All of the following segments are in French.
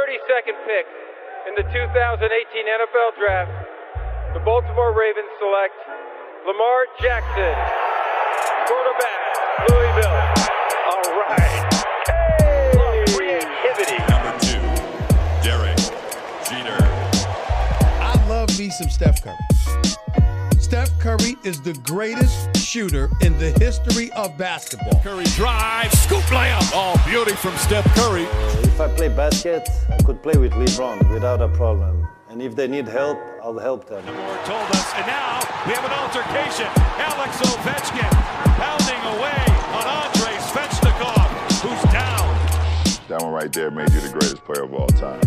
32nd pick in the 2018 NFL Draft, the Baltimore Ravens select Lamar Jackson, quarterback, Louisville. All right. Hey! Creativity. Number 2, Derek Jeter. I love me some Steph Curry. Steph Curry is the greatest shooter in the history of basketball. Curry drive, scoop layup. Oh, beauty from Steph Curry. If I play basket, I could play with LeBron without a problem. And if they need help, I'll help them. Moore told us, and now we have an altercation. Alex Ovechkin pounding away on Andrei Svechnikov, who's down. That one right there made you the greatest player of all time.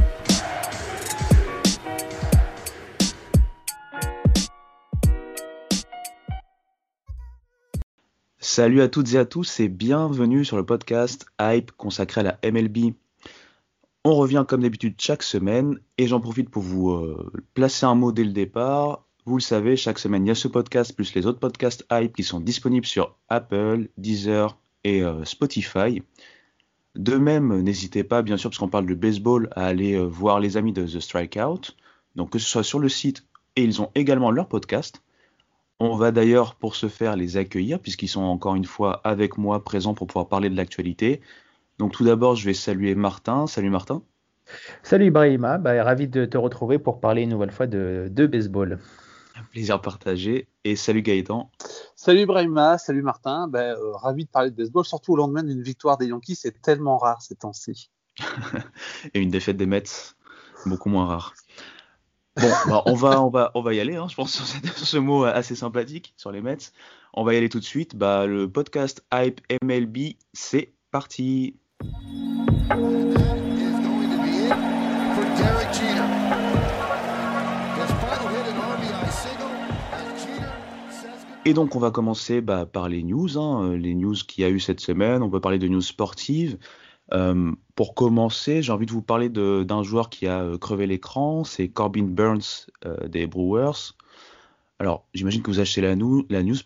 Salut à toutes et à tous et bienvenue sur le podcast Hype consacré à la MLB. On revient comme d'habitude chaque semaine et j'en profite pour vous placer un mot dès le départ. Vous le savez, chaque semaine il y a ce podcast plus les autres podcasts Hype qui sont disponibles sur Apple, Deezer et Spotify. De même, n'hésitez pas, bien sûr, parce qu'on parle de baseball, à aller voir les amis de The Strikeout. Donc que ce soit sur le site et ils ont également leur podcast. On va d'ailleurs pour ce faire les accueillir puisqu'ils sont encore une fois avec moi présents pour pouvoir parler de l'actualité. Donc tout d'abord je vais saluer Martin. Salut Martin. Salut Ibrahima, ravi de te retrouver pour parler une nouvelle fois de baseball. Un plaisir partagé. Et salut Gaëtan. Salut Ibrahima, salut Martin. Ravi de parler de baseball, surtout au lendemain d'une victoire des Yankees, c'est tellement rare ces temps-ci. Et une défaite des Mets, beaucoup moins rare. Bon, on va y aller, hein, je pense, sur ce mot assez sympathique sur les Mets. On va y aller tout de suite. Le podcast Hype MLB, c'est parti. Et donc, on va commencer par les news, les news qu'il y a eu cette semaine. On peut parler de news sportives. Pour commencer, j'ai envie de vous parler d'un joueur qui a crevé l'écran, c'est Corbin Burnes des Brewers. Alors, j'imagine que vous achetez la news,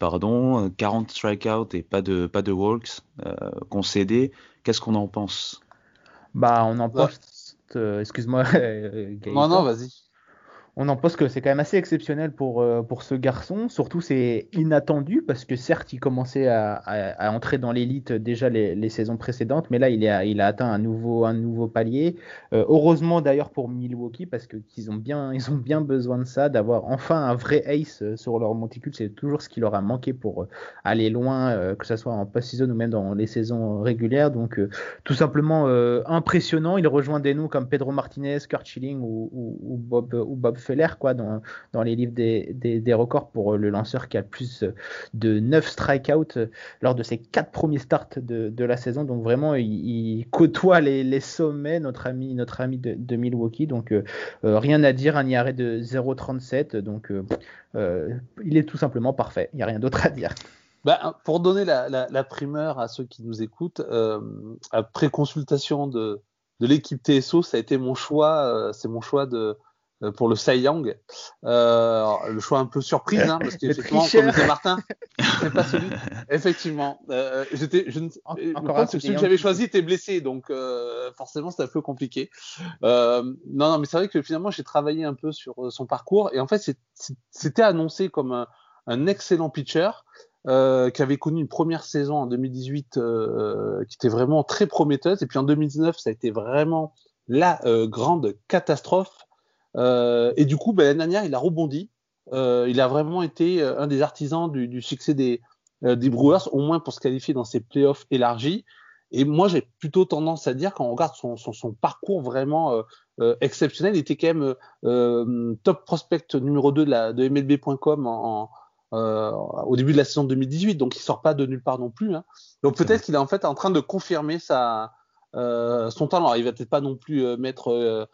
40 strikeouts et pas de walks concédés. Qu'est-ce qu'on en pense ? On en pense, excuse-moi Gaëtan. Non, vas-y. On en pense que c'est quand même assez exceptionnel pour ce garçon. Surtout, c'est inattendu parce que certes, il commençait à entrer dans l'élite déjà les saisons précédentes, mais là, il a atteint un nouveau palier. Heureusement d'ailleurs pour Milwaukee parce qu'ils ont bien besoin de ça, d'avoir enfin un vrai ace sur leur monticule. C'est toujours ce qui leur a manqué pour aller loin, que ce soit en post-season ou même dans les saisons régulières. Donc, tout simplement impressionnant. Il rejoint des noms comme Pedro Martinez, Curt Schilling ou Bob Feller dans les livres des records pour le lanceur qui a le plus de 9 strikeouts lors de ses 4 premiers starts de la saison. Donc vraiment il côtoie les sommets, notre ami de Milwaukee. Donc rien à dire, un IRA de 0,37. Donc il est tout simplement parfait, il n'y a rien d'autre à dire. Pour donner la primeur à ceux qui nous écoutent, après consultation de l'équipe TSO, ça a été mon choix, c'est mon choix pour le Cy Young, le choix un peu surprise, parce qu'effectivement, comme disait Martin, c'est pas celui. Effectivement, celui que j'avais choisi était blessé, donc forcément c'était un peu compliqué. Non, mais c'est vrai que finalement j'ai travaillé un peu sur son parcours et en fait c'était annoncé comme un excellent pitcher. Qui avait connu une première saison en 2018 qui était vraiment très prometteuse, et puis en 2019 ça a été vraiment la grande catastrophe. Et du coup, l'année dernière, il a rebondi. Il a vraiment été un des artisans du succès des Brewers, au moins pour se qualifier dans ces playoffs élargis. Et moi, j'ai plutôt tendance à dire, quand on regarde son parcours vraiment exceptionnel, il était quand même top prospect numéro 2 de MLB.com au début de la saison 2018. Donc, il sort pas de nulle part non plus. Donc, peut-être qu'il est en fait en train de confirmer son talent. Alors, il va peut-être pas non plus mettre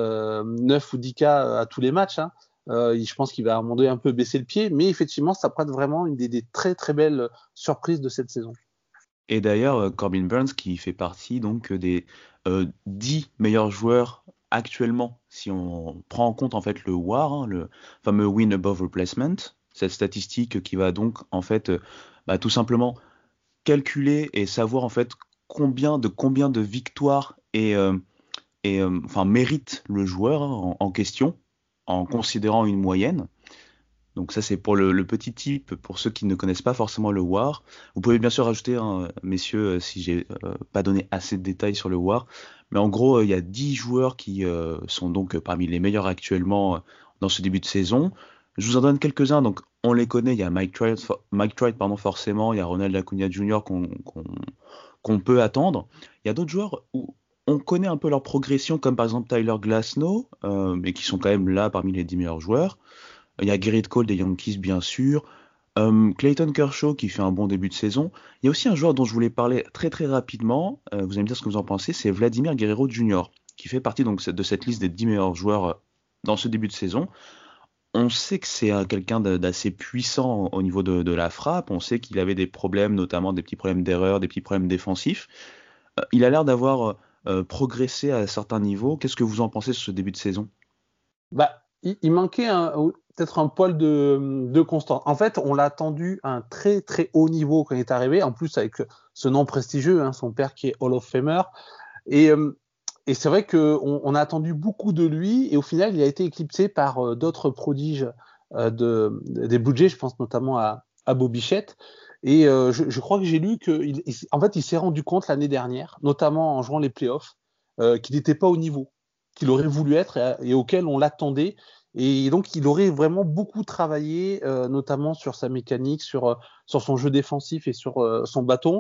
9 ou 10K à tous les matchs. Je pense qu'il va à un moment donné un peu baisser le pied, mais effectivement, ça pourrait être vraiment une des très très belles surprises de cette saison. Et d'ailleurs, Corbin Burnes qui fait partie donc des 10 meilleurs joueurs actuellement, si on prend en compte en fait le WAR, le fameux Win Above Replacement, cette statistique qui va donc en fait tout simplement calculer et savoir en fait combien de victoires et mérite le joueur en question, en considérant une moyenne. Donc ça, c'est pour le petit tip, pour ceux qui ne connaissent pas forcément le WAR. Vous pouvez bien sûr rajouter, messieurs, si j'ai pas donné assez de détails sur le WAR. Mais en gros, il y a 10 joueurs qui sont donc parmi les meilleurs actuellement dans ce début de saison. Je vous en donne quelques-uns. Donc on les connaît, il y a Mike Trout, forcément. Il y a Ronald Acuna Jr. qu'on peut attendre. Il y a d'autres joueurs où on connaît un peu leur progression, comme par exemple Tyler Glasnow, mais qui sont quand même là parmi les 10 meilleurs joueurs. Il y a Gerrit Cole des Yankees, bien sûr. Clayton Kershaw qui fait un bon début de saison. Il y a aussi un joueur dont je voulais parler très très rapidement. Vous allez me dire ce que vous en pensez. C'est Vladimir Guerrero Jr. qui fait partie donc de cette liste des 10 meilleurs joueurs dans ce début de saison. On sait que c'est quelqu'un d'assez puissant au niveau de la frappe. On sait qu'il avait des problèmes, notamment des petits problèmes d'erreur, des petits problèmes défensifs. Il a l'air d'avoir progressé à certains niveaux. Qu'est-ce que vous en pensez sur ce début de saison ? Il manquait peut-être un poil de constance. En fait, on l'a attendu à un très très haut niveau quand il est arrivé. En plus, avec ce nom prestigieux, son père qui est Hall of Famer. Et c'est vrai qu'on a attendu beaucoup de lui. Et au final, il a été éclipsé par d'autres prodiges des Blue Jays. Je pense notamment à Bobby Bichette. Et je crois que j'ai lu qu'il s'est rendu compte l'année dernière, notamment en jouant les playoffs, qu'il n'était pas au niveau qu'il aurait voulu être et auquel on l'attendait. Et donc, il aurait vraiment beaucoup travaillé, notamment sur sa mécanique, sur son jeu défensif et sur son bâton.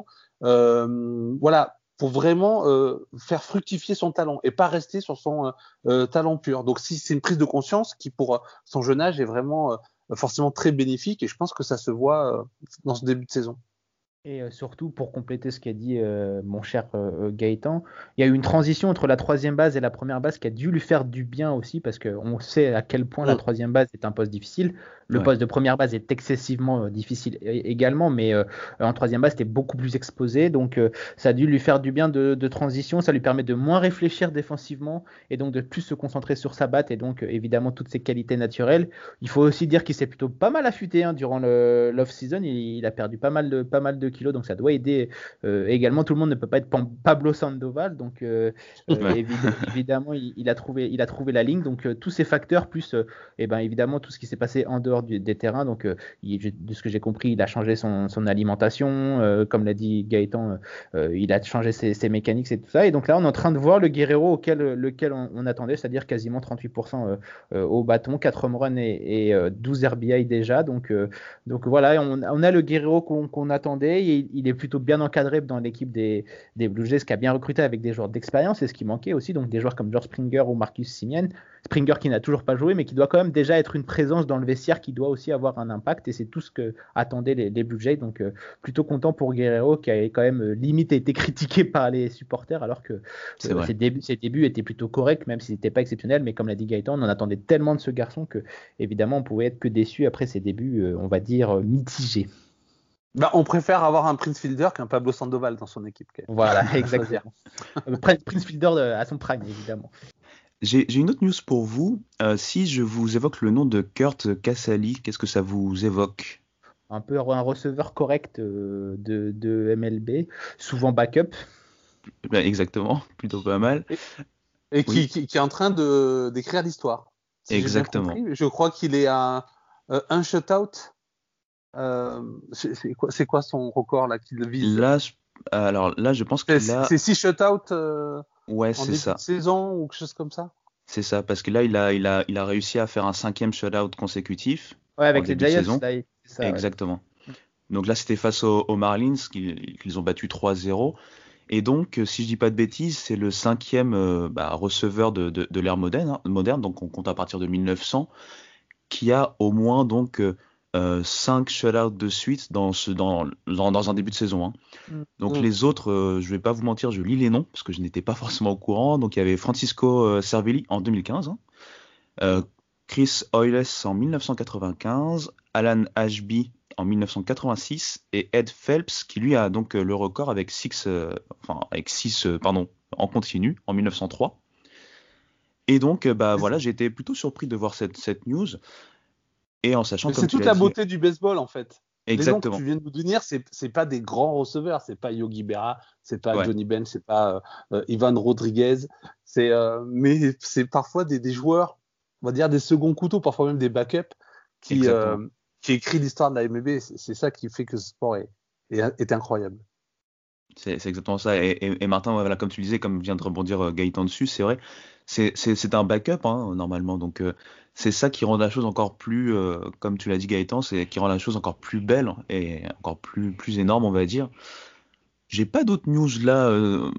Pour vraiment faire fructifier son talent et pas rester sur son talent pur. Donc, si c'est une prise de conscience qui, pour son jeune âge, est vraiment forcément très bénéfique. Et je pense que ça se voit dans ce début de saison. Et surtout, pour compléter ce qu'a dit mon cher Gaëtan, il y a eu une transition entre la troisième base et la première base qui a dû lui faire du bien aussi, parce qu'on sait à quel point la troisième base est un poste difficile. Le poste de première base est excessivement difficile également, mais en troisième base, c'était beaucoup plus exposé. Donc, ça a dû lui faire du bien de transition. Ça lui permet de moins réfléchir défensivement et donc de plus se concentrer sur sa batte et donc évidemment toutes ses qualités naturelles. Il faut aussi dire qu'il s'est plutôt pas mal affûté durant l'off-season. Il a perdu pas mal de kilos, donc ça doit aider également. Tout le monde ne peut pas être Pablo Sandoval, donc évidemment il a trouvé la ligne. Donc tous ces facteurs plus évidemment tout ce qui s'est passé en dehors des terrains. Donc de ce que j'ai compris, il a changé son alimentation, comme l'a dit Gaëtan, il a changé ses mécaniques et tout ça. Et donc là on est en train de voir le Guerrero lequel on attendait, c'est-à-dire quasiment 38% au bâton, 4 home runs et 12 RBI déjà. Donc voilà, on a le Guerrero qu'on attendait. Et il est plutôt bien encadré dans l'équipe des Blue Jays, qui a bien recruté avec des joueurs d'expérience, et ce qui manquait aussi, donc des joueurs comme George Springer ou Marcus Semien. Springer qui n'a toujours pas joué, mais qui doit quand même déjà être une présence dans le vestiaire, qui doit aussi avoir un impact, et c'est tout ce que attendaient les Blue Jays. Donc plutôt content pour Guerrero, qui a quand même limite été critiqué par les supporters, alors que ses débuts étaient plutôt corrects, même s'ils n'étaient pas exceptionnels. Mais comme l'a dit Gaëtan, on en attendait tellement de ce garçon que évidemment on pouvait être que déçu après ses débuts, on va dire mitigés. On préfère avoir un Prince Fielder qu'un Pablo Sandoval dans son équipe. Voilà, exactement. Prince Fielder à son prime, évidemment. J'ai une autre news pour vous. Si je vous évoque le nom de Curt Casali, qu'est-ce que ça vous évoque ? Un peu un receveur correct de MLB, souvent backup. Exactement, plutôt pas mal. Et qui est en train d'écrire l'histoire. Si exactement. Je crois qu'il est à un shutout. C'est quoi son record là qu'il vise? Là, je pense que c'est 6 shutouts en début de saison ou quelque chose comme ça. C'est ça, parce que là il a réussi à faire un 5e shutout consécutif. Ouais, avec les Giants. Là, ça, exactement. Ouais. Donc là c'était face aux Marlins qu'ils ont battu 3-0. Et donc, si je dis pas de bêtises, c'est le 5e receveur de l'ère moderne. Donc on compte à partir de 1900, qui a au moins donc 5 shutouts de suite dans un début de saison. Donc les autres, je vais pas vous mentir, je lis les noms parce que je n'étais pas forcément au courant. Donc il y avait Francisco Cervelli en 2015, Chris Hoiles en 1995, Alan Ashby en 1986 et Ed Phelps qui lui a donc le record avec 6 en continu en 1903. Et donc voilà, j'ai été plutôt surpris de voir cette news. Et en sachant c'est toute la beauté du baseball en fait. Exactement. Les noms que tu viens de nous donner, c'est pas des grands receveurs, c'est pas Yogi Berra, c'est pas Johnny Benn, c'est pas Ivan Rodriguez, mais c'est parfois des joueurs, on va dire des seconds couteaux, parfois même des backups qui écrit l'histoire de la MLB. C'est ça qui fait que ce sport est incroyable. C'est exactement ça. Et Martin, voilà, comme tu le disais, comme vient de rebondir Gaëtan dessus, c'est vrai, c'est un backup normalement. Donc c'est ça qui rend la chose encore plus, comme tu l'as dit Gaëtan, c'est qui rend la chose encore plus belle et encore plus énorme, on va dire. J'ai pas d'autres news là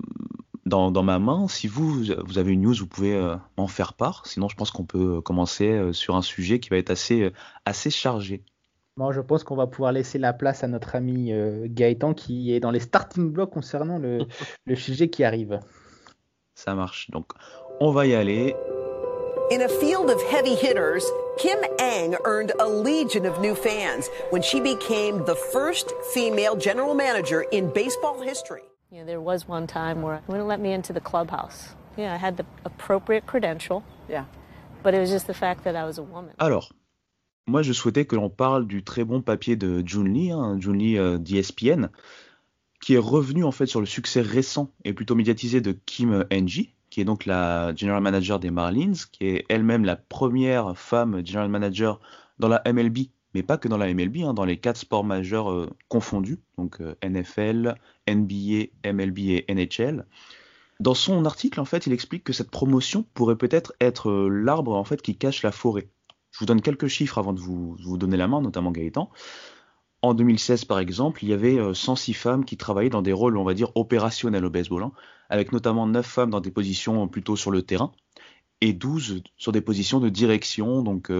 dans ma main. Si vous avez une news, vous pouvez m'en faire part. Sinon, je pense qu'on peut commencer sur un sujet qui va être assez chargé. Bon, je pense qu'on va pouvoir laisser la place à notre ami Gaëtan qui est dans les starting blocks concernant le sujet qui arrive. Ça marche. Donc, on va y aller. In a field of heavy hitters, Kim Ng earned a legion of new fans when she became the first female general manager in baseball history. You know, there was one time where they wouldn't let me into the clubhouse. Yeah, I had the appropriate credential. Yeah. But it was just the fact that I was a woman. Alors, moi, je souhaitais que l'on parle du très bon papier de Jun Lee, Jun Lee d'ESPN, qui est revenu en fait sur le succès récent et plutôt médiatisé de Kim Ng, qui est donc la general manager des Marlins, qui est elle-même la première femme general manager dans la MLB, mais pas que dans la MLB, dans les 4 sports majeurs confondus, donc NFL, NBA, MLB et NHL. Dans son article, en fait, il explique que cette promotion pourrait peut-être être l'arbre en fait qui cache la forêt. Je vous donne quelques chiffres avant de vous donner la main, notamment Gaëtan. En 2016, par exemple, il y avait 106 femmes qui travaillaient dans des rôles, on va dire, opérationnels au baseball, avec notamment 9 femmes dans des positions plutôt sur le terrain et 12 sur des positions de direction, donc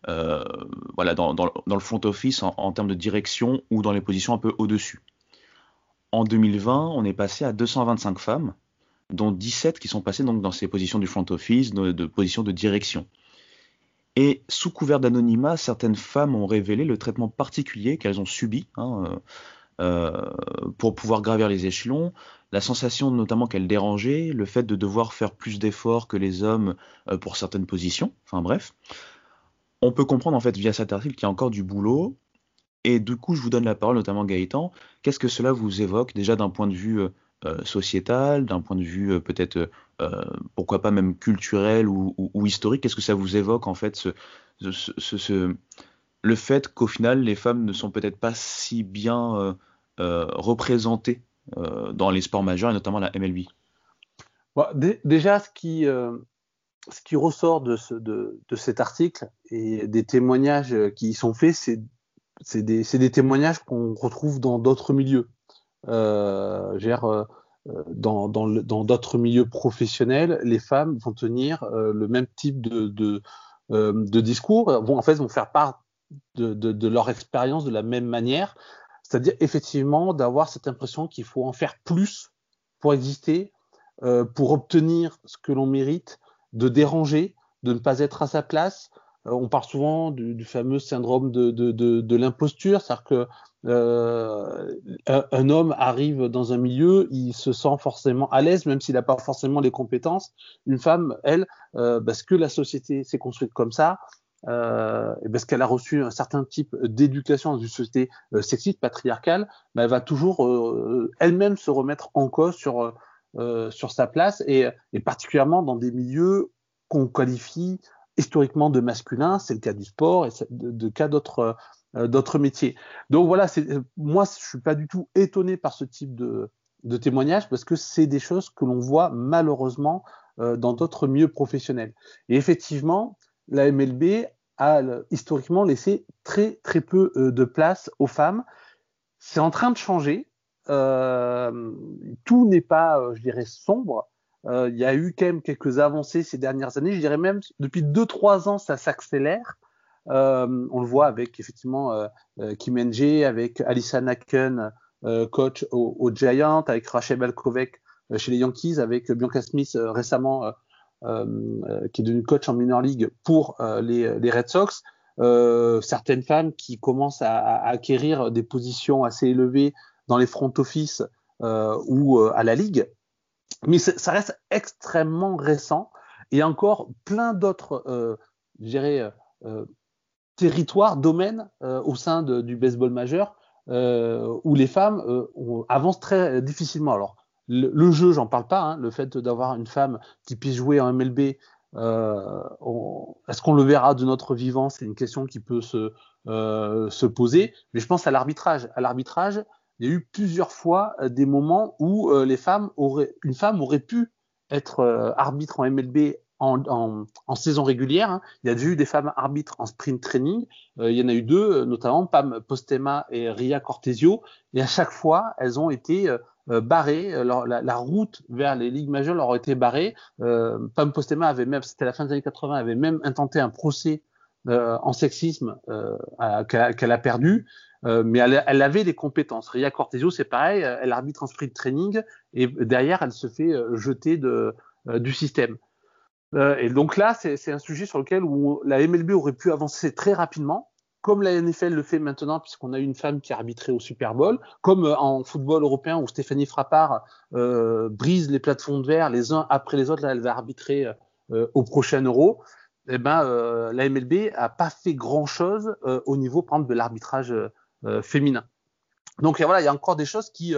voilà, dans le front office en termes de direction ou dans les positions un peu au-dessus. En 2020, on est passé à 225 femmes, dont 17 qui sont passées donc dans ces positions du front office, de positions de direction. Et sous couvert d'anonymat, certaines femmes ont révélé le traitement particulier qu'elles ont subi pour pouvoir gravir les échelons, la sensation notamment qu'elles dérangeaient, le fait de devoir faire plus d'efforts que les hommes pour certaines positions, enfin bref. On peut comprendre en fait via cet article qu'il y a encore du boulot, et du coup je vous donne la parole, notamment Gaëtan. Qu'est-ce que cela vous évoque déjà d'un point de vue sociétal, d'un point de vue peut-être pourquoi pas même culturel ou historique? Qu'est-ce que ça vous évoque en fait le fait qu'au final les femmes ne sont peut-être pas si bien représentées dans les sports majeurs et notamment la MLB? Bon, déjà ce qui ressort de cet article et des témoignages qui y sont faits, c'est des témoignages qu'on retrouve dans d'autres milieux. Dans d'autres milieux professionnels, les femmes vont tenir le même type de discours, vont faire part de leur expérience de la même manière, c'est-à-dire effectivement d'avoir cette impression qu'il faut en faire plus pour exister, pour obtenir ce que l'on mérite, de déranger, de ne pas être à sa place. On parle souvent du fameux syndrome de l'imposture, c'est-à-dire que un homme arrive dans un milieu, il se sent forcément à l'aise, même s'il n'a pas forcément les compétences. Une femme, elle, parce que la société s'est construite comme ça, et parce qu'elle a reçu un certain type d'éducation dans une société sexiste, patriarcale, elle va toujours elle-même se remettre en cause sur sa place, et particulièrement dans des milieux qu'on qualifie historiquement de masculin, c'est le cas du sport et de cas d'autres métiers. Donc voilà, moi je suis pas du tout étonné par ce type de témoignage, parce que c'est des choses que l'on voit malheureusement dans d'autres milieux professionnels. Et effectivement, la MLB a historiquement laissé très très peu de place aux femmes. C'est en train de changer. Tout n'est pas, je dirais, sombre. Il y a eu quand même quelques avancées ces dernières années. Je dirais même depuis 2-3 ans, ça s'accélère. On le voit avec effectivement Kim Ng, avec Alyssa Nakken, coach aux Giants, avec Rachel Balkovec chez les Yankees, avec Bianca Smith récemment, qui est devenue coach en minor league pour les Red Sox. Certaines femmes qui commencent à acquérir des positions assez élevées dans les front office ou à la ligue. Mais ça reste extrêmement récent. Et il y a encore plein d'autres, territoires, domaines au sein du baseball majeur où les femmes avancent très difficilement. Alors, le jeu, j'en parle pas, hein, le fait d'avoir une femme qui puisse jouer en MLB, est-ce qu'on le verra de notre vivant? C'est une question qui peut se poser, mais je pense à l'arbitrage. À l'arbitrage, il y a eu plusieurs fois des moments où une femme aurait pu être arbitre en MLB en saison régulière. Hein. Il y a déjà eu des femmes arbitres en sprint training. Il y en a eu deux, notamment Pam Postema et Ria Cortesio. Et à chaque fois, elles ont été barrées. La route vers les ligues majeures leur a été barrée. Pam Postema avait même, c'était à la fin des années 80, avait même intenté un procès en sexisme qu'elle a perdu. Mais elle avait les compétences. Ria Cortesio, c'est pareil, elle arbitre en sprint training et derrière, elle se fait jeter du système. Et donc là, c'est un sujet sur lequel où la MLB aurait pu avancer très rapidement, comme la NFL le fait maintenant, puisqu'on a eu une femme qui a arbitré au Super Bowl, comme en football européen où Stéphanie Frappart brise les plates-fonds de verre les uns après les autres. Là, elle va arbitrer au prochain Euro. Eh ben, la MLB a pas fait grand-chose au niveau, par exemple, de l'arbitrage féminin. Donc voilà, il y a encore des choses qui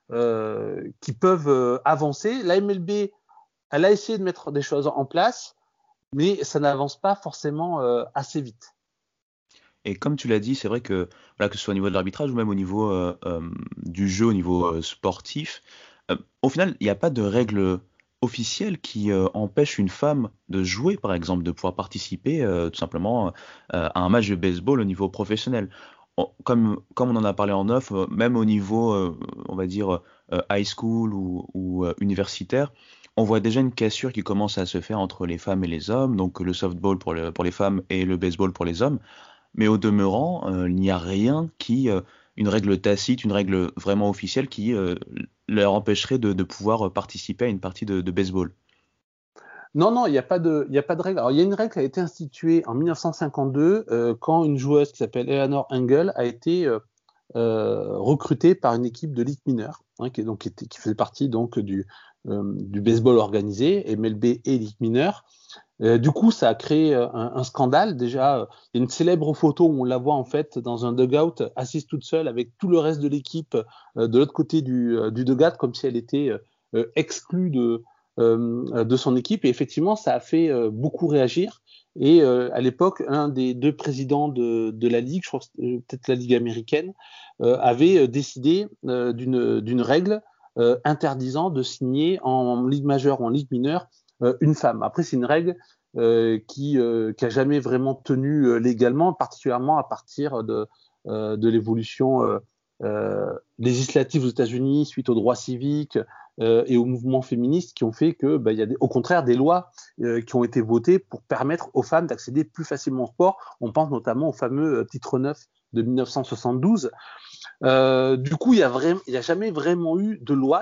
peuvent avancer. La MLB, elle a essayé de mettre des choses en place, mais ça n'avance pas forcément assez vite. Et comme tu l'as dit, c'est vrai que voilà, que ce soit au niveau de l'arbitrage ou même au niveau du jeu, au niveau sportif, au final, il n'y a pas de règles officielles qui empêchent une femme de jouer, par exemple, de pouvoir participer tout simplement à un match de baseball au niveau professionnel. Comme on en a parlé en off, même au niveau, on va dire, high school ou universitaire, on voit déjà une cassure qui commence à se faire entre les femmes et les hommes, donc le softball pour les femmes et le baseball pour les hommes. Mais au demeurant, il n'y a rien une règle tacite, une règle vraiment officielle qui leur empêcherait de pouvoir participer à une partie de baseball. Non, il n'y a pas de règle. Alors, il y a une règle qui a été instituée en 1952 quand une joueuse qui s'appelle Eleanor Engel a été recrutée par une équipe de ligue mineure, hein, qui faisait partie donc du baseball organisé, MLB et ligue mineure. Du coup, ça a créé un scandale. Déjà, il y a une célèbre photo où on la voit en fait dans un dugout, assise toute seule avec tout le reste de l'équipe de l'autre côté du dugout, comme si elle était exclue de son équipe. Et effectivement, ça a fait beaucoup réagir. Et à l'époque, un des deux présidents de la ligue, je crois que c'était peut-être la ligue américaine, avait décidé d'une règle interdisant de signer en ligue majeure ou en ligue mineure une femme. Après, c'est une règle qui a jamais vraiment tenu légalement, particulièrement à partir de l'évolution législative aux États-Unis suite aux droits civiques et aux mouvements féministes qui ont fait que il y a au contraire des lois qui ont été votées pour permettre aux femmes d'accéder plus facilement au sport. On pense notamment au fameux titre 9 de 1972. Du coup, il y a jamais vraiment eu de loi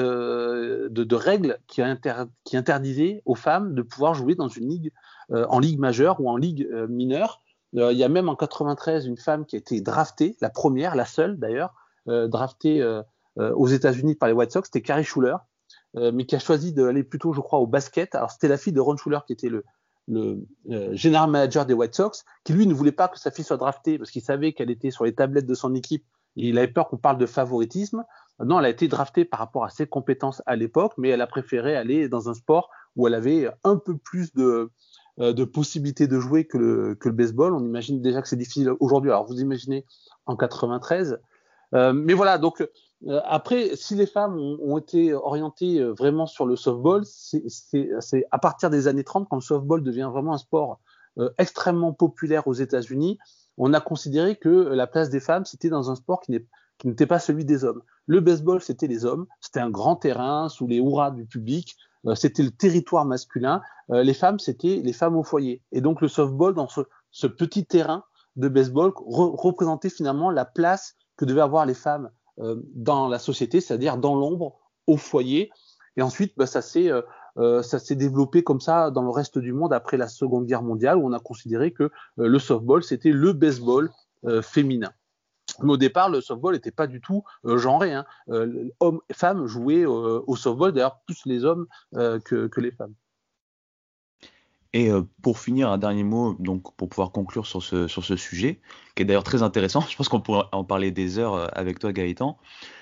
de règles qui interdisaient aux femmes de pouvoir jouer dans une ligue en ligue majeure ou en ligue mineure. Il y a même en 93 une femme qui a été draftée, la première, la seule d'ailleurs, draftée aux États-Unis par les White Sox, c'était Carrie Schuller, mais qui a choisi d'aller plutôt, je crois, au basket. Alors c'était la fille de Ron Schuller qui était le general manager des White Sox, qui lui ne voulait pas que sa fille soit draftée parce qu'il savait qu'elle était sur les tablettes de son équipe et il avait peur qu'on parle de favoritisme. Non, elle a été draftée par rapport à ses compétences à l'époque, mais elle a préféré aller dans un sport où elle avait un peu plus de possibilités de jouer que le baseball. On imagine déjà que c'est difficile aujourd'hui. Alors vous imaginez en 93. Mais voilà, donc après, si les femmes ont été orientées vraiment sur le softball, c'est à partir des années 30, quand le softball devient vraiment un sport extrêmement populaire aux États-Unis, on a considéré que la place des femmes, c'était dans un sport qui n'était pas celui des hommes. Le baseball, c'était les hommes, c'était un grand terrain sous les hurrahs du public, c'était le territoire masculin. Les femmes, c'était les femmes au foyer. Et donc le softball, dans ce petit terrain de baseball, représentait finalement la place que devaient avoir les femmes dans la société, c'est-à-dire dans l'ombre, au foyer. Et ensuite, ça s'est développé comme ça dans le reste du monde après la Seconde Guerre mondiale, où on a considéré que le softball, c'était le baseball féminin. Mais au départ, le softball n'était pas du tout genré. Hein. Hommes et femmes jouaient au softball, d'ailleurs plus les hommes que les femmes. Et pour finir, un dernier mot, donc pour pouvoir conclure sur ce sujet, qui est d'ailleurs très intéressant. Je pense qu'on pourrait en parler des heures avec toi, Gaëtan.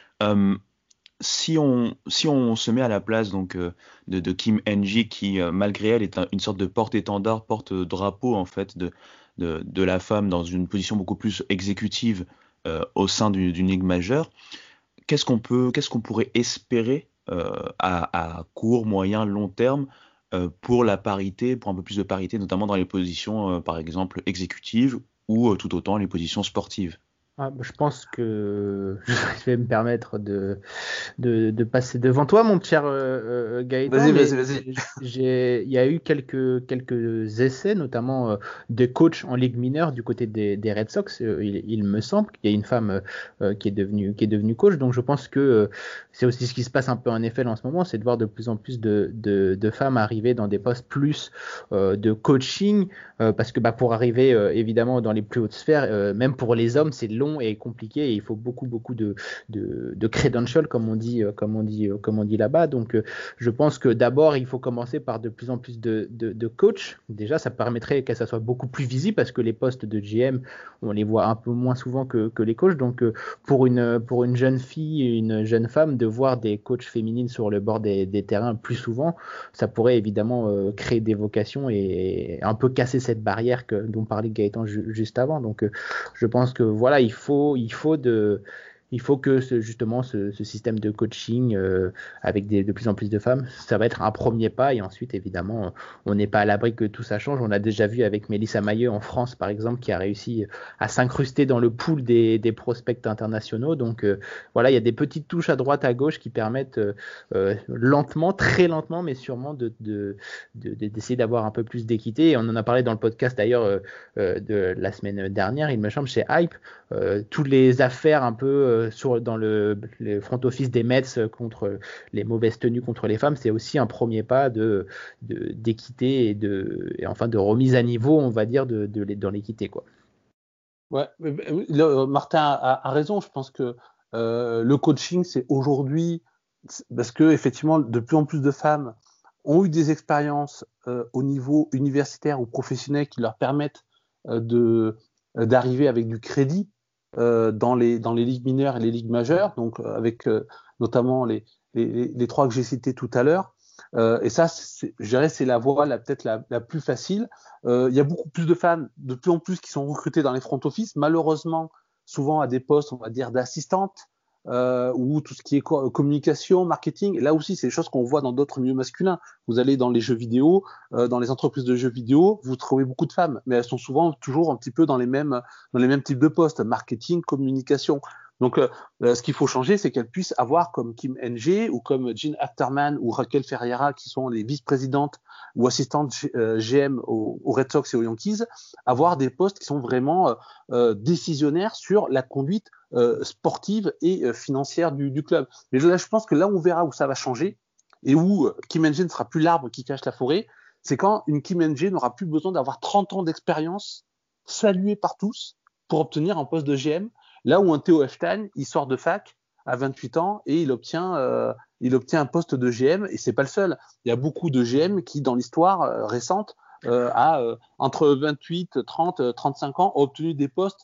Si on se met à la place donc de Kim Ng, qui malgré elle est une sorte de porte-étendard, porte-drapeau en fait de la femme dans une position beaucoup plus exécutive au sein d'une ligue majeure, qu'est-ce qu'on pourrait espérer à court, moyen, long terme pour la parité, pour un peu plus de parité, notamment dans les positions par exemple exécutives ou tout autant les positions sportives? Je pense que je vais me permettre de passer devant toi, mon cher Gaëtan. Vas-y. Il y a eu quelques essais, notamment de coach en Ligue mineure du côté des Red Sox. Il me semble qu'il y a une femme qui est devenue coach. Donc je pense que c'est aussi ce qui se passe un peu en NFL en ce moment, c'est de voir de plus en plus de femmes arriver dans des postes plus de coaching, parce que pour arriver évidemment dans les plus hautes sphères, même pour les hommes, c'est long et compliqué et il faut beaucoup de credentials comme on dit là-bas. Donc je pense que d'abord il faut commencer par de plus en plus de coachs. Déjà ça permettrait que ça soit beaucoup plus visible parce que les postes de GM on les voit un peu moins souvent que les coachs. Donc pour une jeune fille et une jeune femme de voir des coachs féminines sur le bord des terrains plus souvent, ça pourrait évidemment créer des vocations et un peu casser cette barrière dont parlait Gaëtan juste avant. Donc je pense que voilà, il faut que justement ce système de coaching avec de plus en plus de femmes, ça va être un premier pas et ensuite évidemment on n'est pas à l'abri que tout ça change. On a déjà vu avec Mélissa Mailleux en France par exemple qui a réussi à s'incruster dans le pool des prospects internationaux. Donc voilà, il y a des petites touches à droite à gauche qui permettent lentement, très lentement mais sûrement d'essayer d'avoir un peu plus d'équité. Et on en a parlé dans le podcast d'ailleurs de la semaine dernière, il me semble, chez Hype, toutes les affaires un peu dans le front office des Mets contre les mauvaises tenues contre les femmes, c'est aussi un premier pas d'équité et enfin de remise à niveau, on va dire, dans l'équité, quoi. Ouais, Martin a raison. Je pense que le coaching, c'est aujourd'hui, parce que effectivement, de plus en plus de femmes ont eu des expériences au niveau universitaire ou professionnel qui leur permettent d'arriver avec du crédit dans les ligues mineures et les ligues majeures, donc avec notamment les trois que j'ai cités tout à l'heure. Et ça, je dirais, c'est la voie peut-être la plus facile. Il y a beaucoup plus de femmes, de plus en plus, qui sont recrutées dans les front office, malheureusement, souvent à des postes, on va dire, d'assistantes, ou tout ce qui est communication, marketing. Et là aussi, c'est des choses qu'on voit dans d'autres milieux masculins. Vous allez dans les jeux vidéo, dans les entreprises de jeux vidéo, vous trouvez beaucoup de femmes, mais elles sont souvent toujours un petit peu dans les mêmes types de postes, marketing, communication. Donc, ce qu'il faut changer, c'est qu'elles puissent avoir comme Kim Ng ou comme Jean Acterman ou Raquel Ferreira, qui sont les vice-présidentes ou assistantes GM aux Red Sox et aux Yankees, avoir des postes qui sont vraiment décisionnaires sur la conduite sportive et financière du club. Mais là, je pense que là où on verra où ça va changer et où Kim Ng ne sera plus l'arbre qui cache la forêt, c'est quand une Kim Ng n'aura plus besoin d'avoir 30 ans d'expérience saluée par tous pour obtenir un poste de GM. Là où un Theo Epstein, il sort de fac à 28 ans et il obtient un poste de GM, et c'est pas le seul. Il y a beaucoup de GM qui, dans l'histoire récente, entre 28, 30, 35 ans, ont obtenu des postes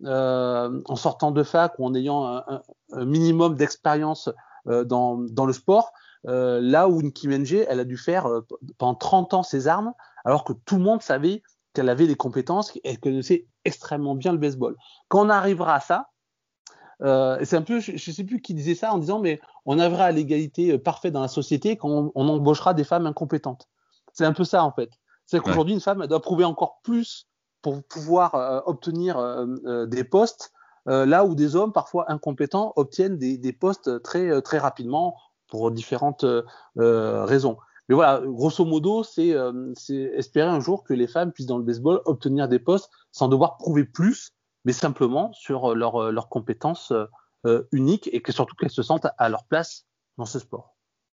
en sortant de fac ou en ayant un minimum d'expérience dans le sport. Là où une Kim Ng, elle a dû faire pendant 30 ans ses armes, alors que tout le monde savait qu'elle avait des compétences et qu'elle connaissait extrêmement bien le baseball. Quand on arrivera à ça, c'est un peu, je ne sais plus qui disait ça en disant, mais on arrivera à l'égalité parfaite dans la société quand on embauchera des femmes incompétentes. C'est un peu ça en fait. C'est qu'aujourd'hui, une femme, elle doit prouver encore plus pour pouvoir obtenir des postes, là où des hommes, parfois incompétents, obtiennent des postes très, très rapidement pour différentes raisons. Mais voilà, grosso modo, c'est espérer un jour que les femmes puissent dans le baseball obtenir des postes sans devoir prouver plus, mais simplement sur leurs compétences uniques, et que surtout qu'elles se sentent à leur place dans ce sport.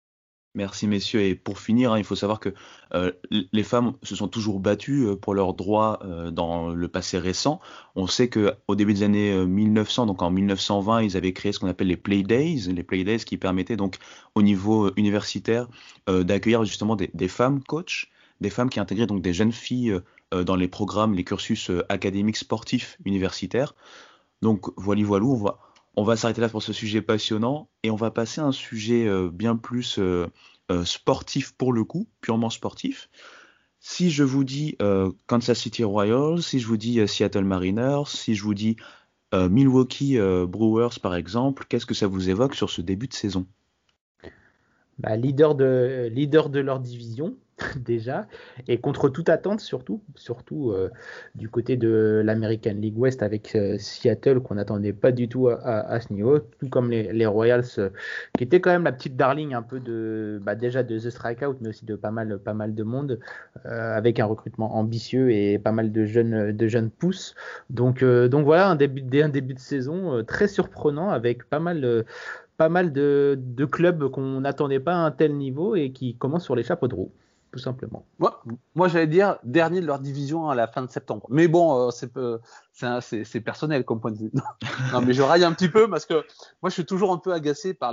Merci messieurs, et pour finir, il faut savoir que les femmes se sont toujours battues pour leurs droits dans le passé récent. On sait qu'au début des années 1900, donc en 1920, ils avaient créé ce qu'on appelle les Play Days qui permettaient donc au niveau universitaire d'accueillir justement des femmes coachs. des femmes qui intégraient donc des jeunes filles dans les programmes, les cursus académiques sportifs universitaires. Donc voilou, on va s'arrêter là pour ce sujet passionnant et on va passer à un sujet bien plus sportif pour le coup, purement sportif. Si je vous dis Kansas City Royals, si je vous dis Seattle Mariners, si je vous dis Milwaukee Brewers par exemple, qu'est-ce que ça vous évoque sur ce début de saison ? Leader de leur division déjà, et contre toute attente surtout du côté de l'American League West avec Seattle qu'on n'attendait pas du tout à ce niveau, tout comme les Royals qui étaient quand même la petite darling un peu déjà de The Strikeout, mais aussi de pas mal de monde, avec un recrutement ambitieux et pas mal de jeunes pousses. Donc voilà un début de saison très surprenant avec pas mal de clubs qu'on n'attendait pas à un tel niveau et qui commencent sur les chapeaux de roue, tout simplement. Moi j'allais dire dernier de leur division à la fin de septembre. Mais bon, c'est personnel comme point de vue. Non, mais je raille un petit peu parce que moi je suis toujours un peu agacé par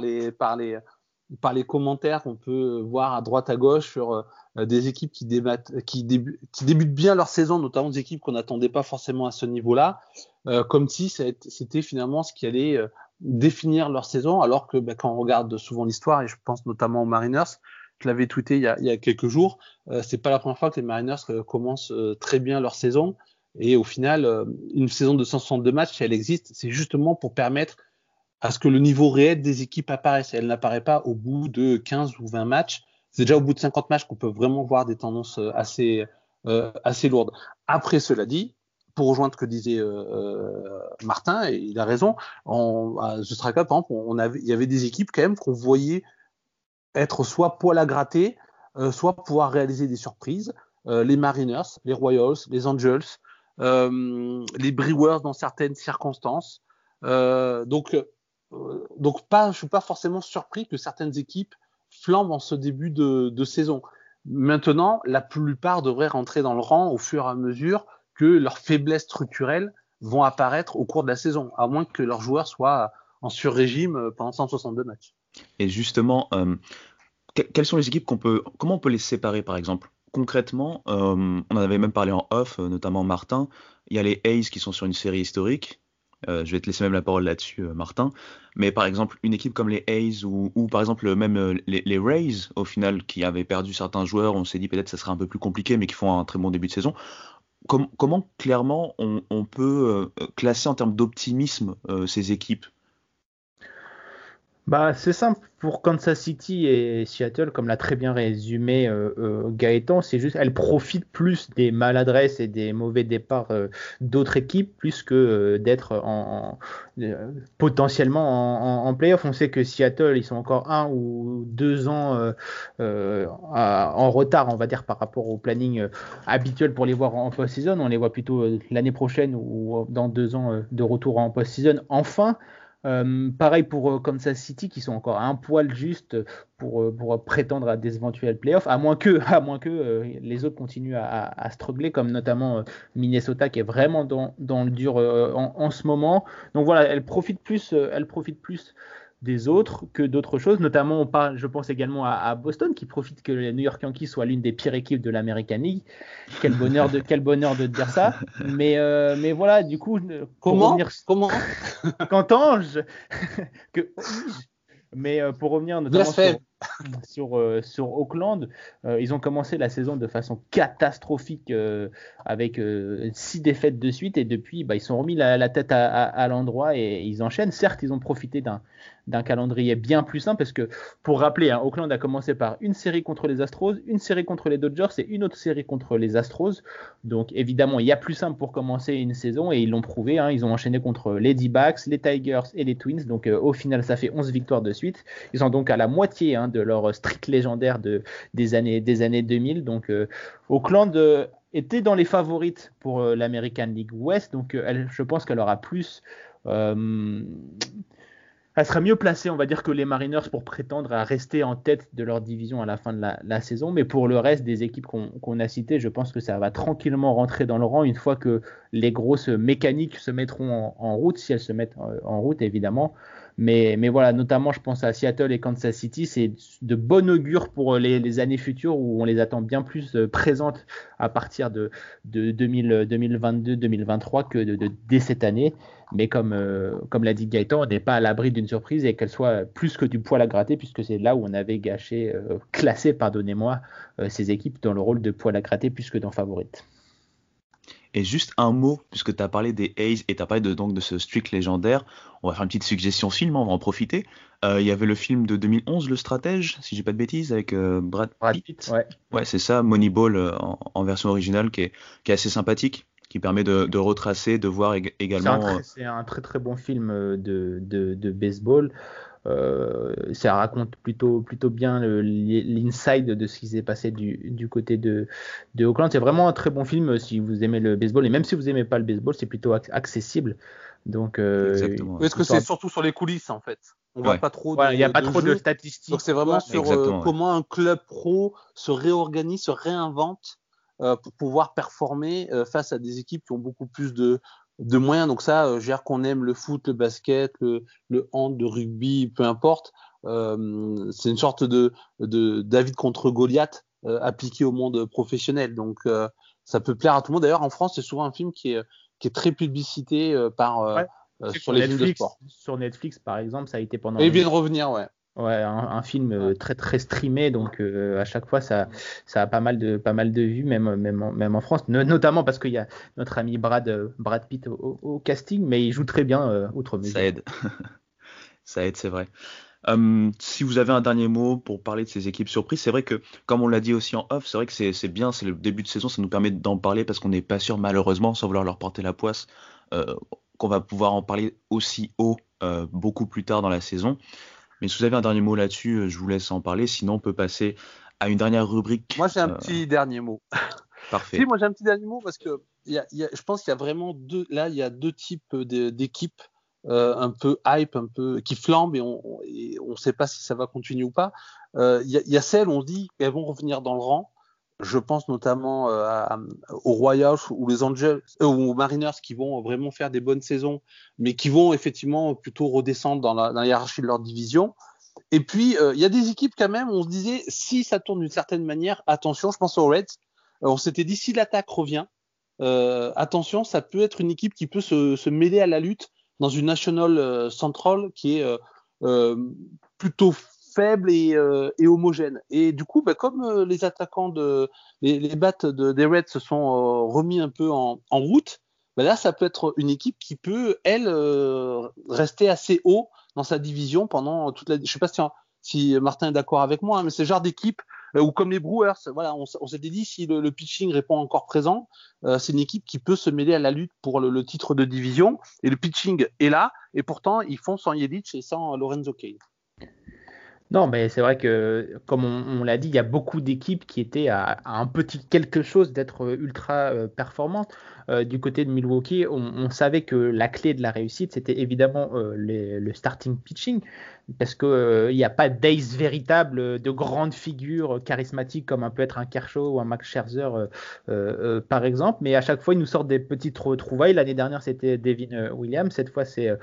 les commentaires qu'on peut voir à droite à gauche sur des équipes qui débutent bien leur saison, notamment des équipes qu'on n'attendait pas forcément à ce niveau-là, comme si c'était finalement ce qui allait définir leur saison, alors que quand on regarde souvent l'histoire, et je pense notamment aux Mariners, je l'avais tweeté il y a quelques jours, c'est pas la première fois que les Mariners commencent très bien leur saison, et au final, une saison de 162 matchs, si elle existe, c'est justement pour permettre à ce que le niveau réel des équipes apparaisse. Elle n'apparaît pas au bout de 15 ou 20 matchs, c'est déjà au bout de 50 matchs qu'on peut vraiment voir des tendances assez lourdes. Après, cela dit, pour rejoindre ce que disait Martin, et il a raison, à The Strikeout, par exemple, il y avait des équipes quand même qu'on voyait être soit poil à gratter, soit pouvoir réaliser des surprises. Les Mariners, les Royals, les Angels, les Brewers dans certaines circonstances. Donc je suis pas forcément surpris que certaines équipes flambent en ce début de saison. Maintenant, la plupart devraient rentrer dans le rang au fur et à mesure que leurs faiblesses structurelles vont apparaître au cours de la saison, à moins que leurs joueurs soient en sur-régime pendant 162 matchs. Et justement, quelles sont les équipes comment on peut les séparer par exemple ? Concrètement, on en avait même parlé en off, notamment Martin, il y a les A's qui sont sur une série historique, je vais te laisser même la parole là-dessus Martin, mais par exemple une équipe comme les A's ou par exemple même les Rays au final qui avaient perdu certains joueurs, on s'est dit peut-être que ça serait un peu plus compliqué mais qui font un très bon début de saison. Comment clairement on peut classer en termes d'optimisme ces équipes ? C'est simple pour Kansas City et Seattle, comme l'a très bien résumé Gaëtan, c'est juste elles profitent plus des maladresses et des mauvais départs d'autres équipes plus que d'être potentiellement en play-off. On sait que Seattle, ils sont encore 1 ou 2 ans en retard, on va dire, par rapport au planning habituel pour les voir en post-season. On les voit plutôt l'année prochaine ou dans 2 ans de retour en post-season. Enfin, pareil pour Kansas City qui sont encore un poil juste pour prétendre à des éventuels playoffs, à moins que les autres continuent à struggler, comme notamment Minnesota qui est vraiment dans le dur en ce moment. Donc voilà, elle profite plus des autres que d'autres choses, notamment on parle, je pense également à Boston qui profite que les New York Yankees soient l'une des pires équipes de l'American League. Quel bonheur de dire ça, mais voilà, du coup comment qu'entends-je mais pour revenir notamment sur Oakland, ils ont commencé la saison de façon catastrophique avec 6 défaites de suite et depuis ils sont remis la tête à l'endroit et ils enchaînent. Certes, ils ont profité d'un calendrier bien plus simple parce que pour rappeler, Oakland a commencé par une série contre les Astros, une série contre les Dodgers et une autre série contre les Astros. Donc évidemment, il y a plus simple pour commencer une saison et ils l'ont prouvé. Ils ont enchaîné contre les D-backs, les Tigers et les Twins. Donc au final, ça fait 11 victoires de suite. Ils sont donc à la moitié de leur streak légendaire des années 2000. Donc Oakland était dans les favorites pour l'American League West. Donc je pense qu'elle aura plus... elle sera mieux placée, on va dire, que les Mariners pour prétendre à rester en tête de leur division à la fin de la saison. Mais pour le reste des équipes qu'on a citées, je pense que ça va tranquillement rentrer dans le rang une fois que les grosses mécaniques se mettront en route, si elles se mettent en route, évidemment. Mais voilà, notamment, je pense à Seattle et Kansas City, c'est de bon augure pour les années futures où on les attend bien plus présentes à partir de 2022-2023 que dès cette année. Mais comme l'a dit Gaëtan, on n'est pas à l'abri d'une surprise et qu'elle soit plus que du poil à gratter, puisque c'est là où on avait classé, pardonnez-moi, ces équipes dans le rôle de poil à gratter plus que dans favorite. Et juste un mot, puisque tu as parlé des A's et tu as parlé de ce streak légendaire, on va faire une petite suggestion film, on va en profiter. Il y avait le film de 2011, Le Stratège, si je dis pas de bêtises, avec Brad Pitt. Ouais, c'est ça, Moneyball en version originale, qui est assez sympathique, qui permet de retracer, de voir également... C'est un très très bon film de baseball. Ça raconte plutôt bien l'inside de ce qui s'est passé du côté de Oakland. C'est vraiment un très bon film si vous aimez le baseball, et même si vous aimez pas le baseball, c'est plutôt accessible. Donc, est-ce que c'est surtout sur les coulisses en fait? On voit pas trop. Il n'y a pas trop de statistiques. Donc c'est vraiment sur comment un club pro se réorganise, se réinvente pour pouvoir performer face à des équipes qui ont beaucoup plus de moyens. Donc ça, qu'on aime le foot, le basket, le hand, le rugby, peu importe, c'est une sorte de David contre Goliath appliqué au monde professionnel. Donc ça peut plaire à tout le monde. D'ailleurs, en France, c'est souvent un film qui est très publicité sur les films de sport. Sur Netflix, par exemple, ça a été pendant... Et il vient de revenir, ouais. Ouais, un film très très streamé, donc à chaque fois ça a pas mal de vues, même en France, notamment parce qu'il y a notre ami Brad Pitt au casting, mais il joue très bien outre mesure. Ça aide, c'est vrai. Si vous avez un dernier mot pour parler de ces équipes surprises, c'est vrai que, comme on l'a dit aussi en off, c'est vrai que c'est bien, c'est le début de saison, ça nous permet d'en parler parce qu'on n'est pas sûr, malheureusement, sans vouloir leur porter la poisse, qu'on va pouvoir en parler aussi haut beaucoup plus tard dans la saison. Mais si vous avez un dernier mot là-dessus, je vous laisse en parler. Sinon, on peut passer à une dernière rubrique. Moi, j'ai un petit dernier mot. Parfait. Si, moi, j'ai un petit dernier mot parce que je pense qu'il y a vraiment deux types d'équipes un peu hype, un peu qui flambent et on ne sait pas si ça va continuer ou pas. Il y a celles où on dit qu'elles vont revenir dans le rang. Je pense notamment aux Royals ou les Angels ou aux Mariners qui vont vraiment faire des bonnes saisons, mais qui vont effectivement plutôt redescendre dans la hiérarchie de leur division. Et puis il y a des équipes quand même, on se disait si ça tourne d'une certaine manière, attention, je pense aux Reds. On s'était dit si l'attaque revient, attention, ça peut être une équipe qui peut se mêler à la lutte dans une National Central qui est plutôt faible et homogène. Et du coup, comme les attaquants les bats des Reds se sont remis un peu en route, là, ça peut être une équipe qui peut, elle, rester assez haut dans sa division pendant toute la... Je sais pas si Martin est d'accord avec moi, mais c'est le genre d'équipe où, comme les Brewers, voilà, on s'était dit si le pitching répond encore présent, c'est une équipe qui peut se mêler à la lutte pour le titre de division, et le pitching est là, et pourtant, ils font sans Yelich et sans Lorenzo Cain. Non, mais c'est vrai que, comme on l'a dit, il y a beaucoup d'équipes qui étaient à un petit quelque chose d'être ultra performantes. Du côté de Milwaukee, on savait que la clé de la réussite, c'était évidemment le starting pitching, parce qu'il n'y a pas d'ace véritable de grandes figures charismatiques comme peut être un Kershaw ou un Max Scherzer, par exemple. Mais à chaque fois, ils nous sortent des petites retrouvailles. L'année dernière, c'était Devin Williams. Cette fois, c'est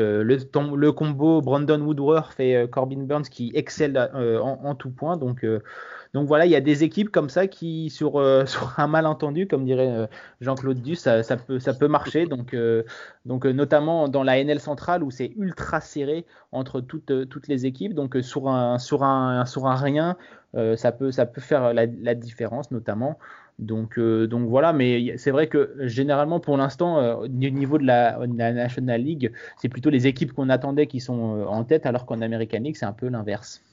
le combo Brandon Woodruff et Corbin Burns qui excelle en tout point. Donc voilà, il y a des équipes comme ça qui, sur un malentendu, comme dirait Jean-Claude Duss, ça peut marcher. Donc notamment dans la NL centrale où c'est ultra serré entre toutes les équipes. Donc sur un rien, ça peut faire la différence notamment. Donc voilà, mais c'est vrai que généralement pour l'instant au niveau de la National League, c'est plutôt les équipes qu'on attendait qui sont en tête, alors qu'en American League c'est un peu l'inverse.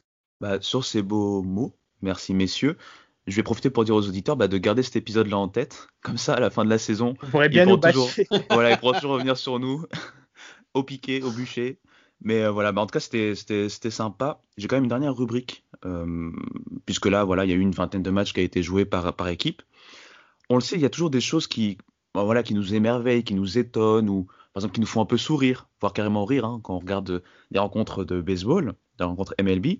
Sur ces beaux mots, merci messieurs. Je vais profiter pour dire aux auditeurs de garder cet épisode-là en tête. Comme ça, à la fin de la saison, ils pourraient bien nous bâcher. Ils pourront toujours revenir sur nous, au piqué, au bûcher. Mais voilà, en tout cas, c'était sympa. J'ai quand même une dernière rubrique, puisque là, voilà, il y a eu une vingtaine de matchs qui a été joué par équipe. On le sait, il y a toujours des choses qui nous émerveillent, qui nous étonnent, ou par exemple qui nous font un peu sourire, voire carrément rire, quand on regarde des rencontres de baseball, des rencontres MLB.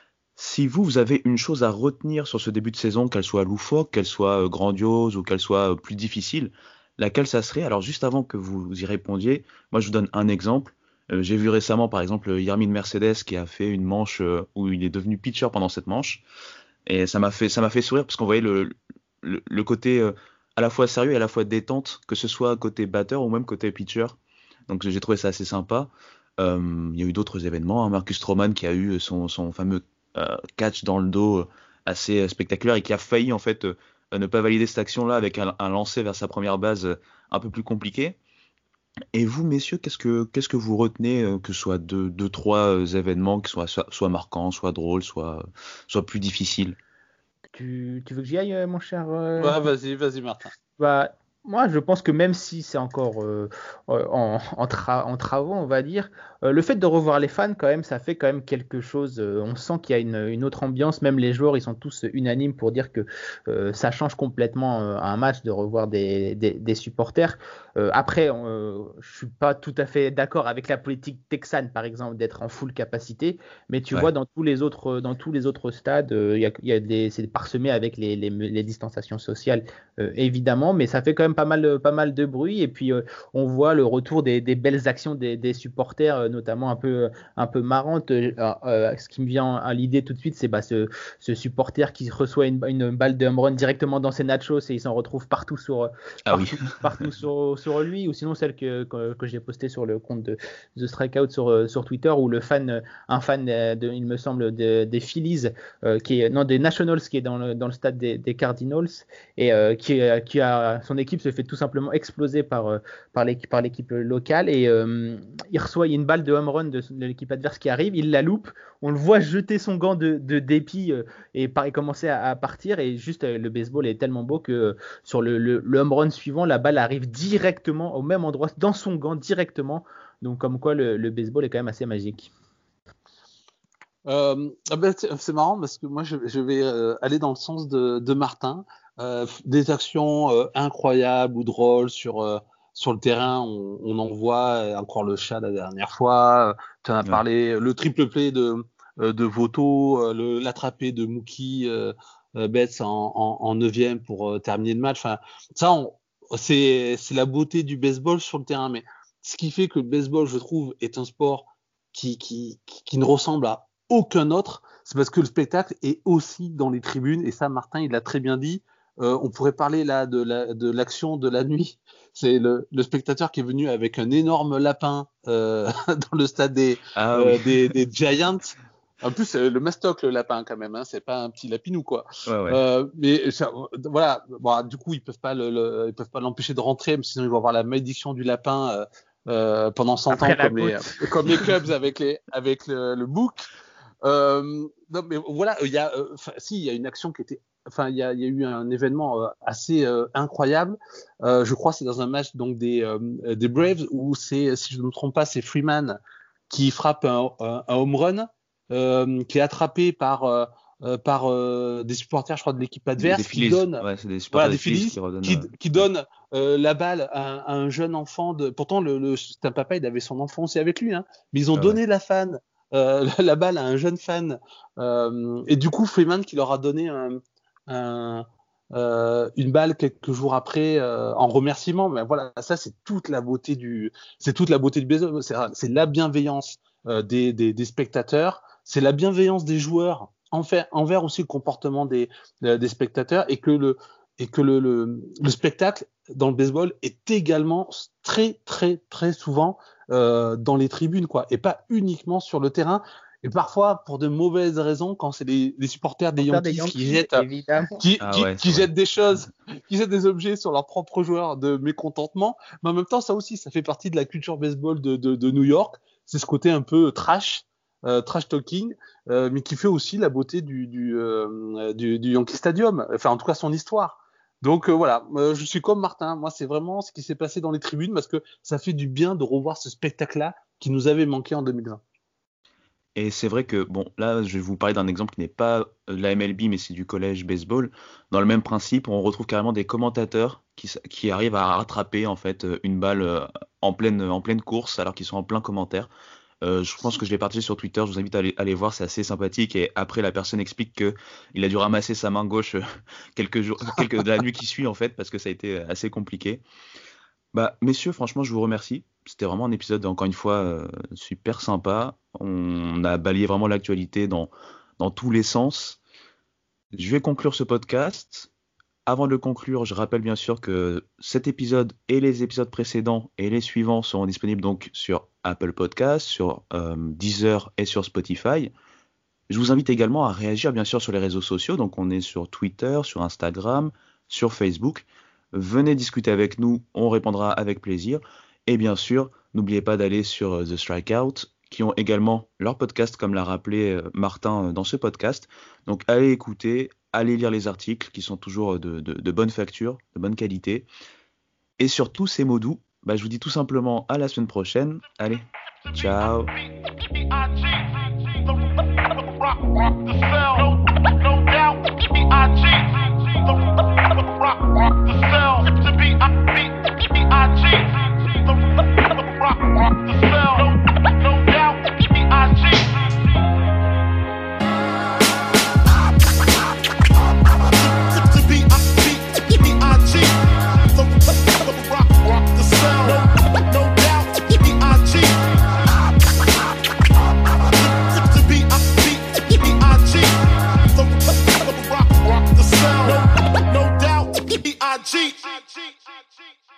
Si vous avez une chose à retenir sur ce début de saison, qu'elle soit loufoque, qu'elle soit grandiose ou qu'elle soit plus difficile, laquelle ça serait? Alors juste avant que vous y répondiez, moi je vous donne un exemple. J'ai vu récemment, par exemple, Yermin Mercedes qui a fait une manche où il est devenu pitcher pendant cette manche. Et ça m'a fait sourire parce qu'on voyait le côté à la fois sérieux et à la fois détente, que ce soit côté batteur ou même côté pitcher. Donc j'ai trouvé ça assez sympa. Il y a eu d'autres événements, hein. Marcus Stroman qui a eu son fameux catch dans le dos assez spectaculaire et qui a failli en fait ne pas valider cette action-là avec un lancer vers sa première base un peu plus compliqué. Et vous, messieurs, qu'est-ce que vous retenez, que ce soit deux, trois événements qui soit marquants, soit drôles, soit plus difficiles? Tu veux que j'y aille, mon cher Ouais, vas-y, Martin. Bah, moi, je pense que même si c'est encore en travaux, on va dire, le fait de revoir les fans, quand même, ça fait quand même quelque chose. On sent qu'il y a une autre ambiance. Même les joueurs, ils sont tous unanimes pour dire que ça change complètement un match de revoir des supporters. Après, je suis pas tout à fait d'accord avec la politique texane, par exemple, d'être en full capacité. Mais tu vois, dans tous les autres stades, c'est parsemé avec les distanciations sociales, évidemment. Mais ça fait quand même pas mal de bruit. Et puis, on voit le retour des belles actions des supporters, notamment un peu marrantes. Ce qui me vient à l'idée tout de suite, c'est ce supporter qui reçoit une balle de home run directement dans ses nachos et il s'en retrouve partout sur lui, ou sinon celle que j'ai postée sur le compte de The Strikeout sur Twitter, où un fan il me semble des Phillies, des Nationals, qui est dans le stade des Cardinals, et qui a son équipe se fait tout simplement exploser par l'équipe locale, et il y a une balle de home run de l'équipe adverse qui arrive, il la loupe, on le voit jeter son gant de dépit et commencer à partir, et juste le baseball est tellement beau que sur le home run suivant, la balle arrive directement au même endroit dans son gant directement. Donc comme quoi le baseball est quand même assez magique. C'est marrant parce que moi je vais aller dans le sens de Martin. Des actions incroyables ou drôles sur le terrain, on en voit encore le chat la dernière fois. Tu en as parlé, le triple play de Votto, l'attrapé de Mookie Betts en 9e pour terminer le match. Enfin, ça, c'est la beauté du baseball sur le terrain. Mais ce qui fait que le baseball, je trouve, est un sport qui ne ressemble à aucun autre, c'est parce que le spectacle est aussi dans les tribunes. Et ça, Martin, il l'a très bien dit. On pourrait parler là de l'action de la nuit. C'est le spectateur qui est venu avec un énorme lapin dans le stade des Giants. En plus, c'est le mastoc, le lapin, quand même, hein. C'est pas un petit lapinou, quoi. Mais voilà. Bon, du coup, ils peuvent pas l'empêcher de rentrer, mais sinon ils vont avoir la malédiction du lapin pendant 100 ans, comme les Cubs avec le book. Non, mais voilà, il y a une action qui était. Enfin, il y a eu un événement assez incroyable. Je crois que c'est dans un match donc des Braves où si je ne me trompe pas, c'est Freeman qui frappe un home run qui est attrapé par des supporters, je crois, de l'équipe adverse, qui donnent qui donnent la balle à un jeune enfant. Pourtant, c'est un papa, il avait son enfant aussi avec lui, hein, mais ils ont donné la balle à un jeune fan, et du coup Freeman qui leur a donné une balle quelques jours après en remerciement. Mais voilà, ça c'est toute la beauté du baseball. C'est la bienveillance des spectateurs, c'est la bienveillance des joueurs envers aussi le comportement des spectateurs, et que le spectacle dans le baseball est également très très très souvent dans les tribunes, quoi, et pas uniquement sur le terrain. Et parfois pour de mauvaises raisons, quand c'est les supporters des Yankees qui jettent des choses, qui jettent des objets sur leurs propres joueurs de mécontentement. Mais en même temps, ça aussi, ça fait partie de la culture baseball de New York. C'est ce côté un peu trash talking, mais qui fait aussi la beauté du Yankee Stadium. Enfin, en tout cas, son histoire. Donc voilà, je suis comme Martin. Moi, c'est vraiment ce qui s'est passé dans les tribunes, parce que ça fait du bien de revoir ce spectacle-là qui nous avait manqué en 2020. Et c'est vrai que, bon, là, je vais vous parler d'un exemple qui n'est pas de la MLB, mais c'est du college baseball. Dans le même principe, on retrouve carrément des commentateurs qui arrivent à rattraper, en fait, une balle en pleine course, alors qu'ils sont en plein commentaire. Je pense que je l'ai partagé sur Twitter, je vous invite à aller voir, c'est assez sympathique. Et après, la personne explique qu'il a dû ramasser sa main gauche quelques de la nuit qui suit, en fait, parce que ça a été assez compliqué. Messieurs, franchement, je vous remercie. C'était vraiment un épisode, encore une fois, super sympa. On a balayé vraiment l'actualité dans tous les sens. Je vais conclure ce podcast. Avant de le conclure, je rappelle bien sûr que cet épisode et les épisodes précédents et les suivants seront disponibles donc sur Apple Podcasts, sur Deezer et sur Spotify. Je vous invite également à réagir bien sûr sur les réseaux sociaux. Donc on est sur Twitter, sur Instagram, sur Facebook. Venez discuter avec nous, on répondra avec plaisir. Et bien sûr, n'oubliez pas d'aller sur The Strikeout, qui ont également leur podcast, comme l'a rappelé Martin dans ce podcast. Donc allez écouter, allez lire les articles qui sont toujours de bonne facture, de bonne qualité. Et sur tous ces mots doux, je vous dis tout simplement à la semaine prochaine. Allez, ciao. G.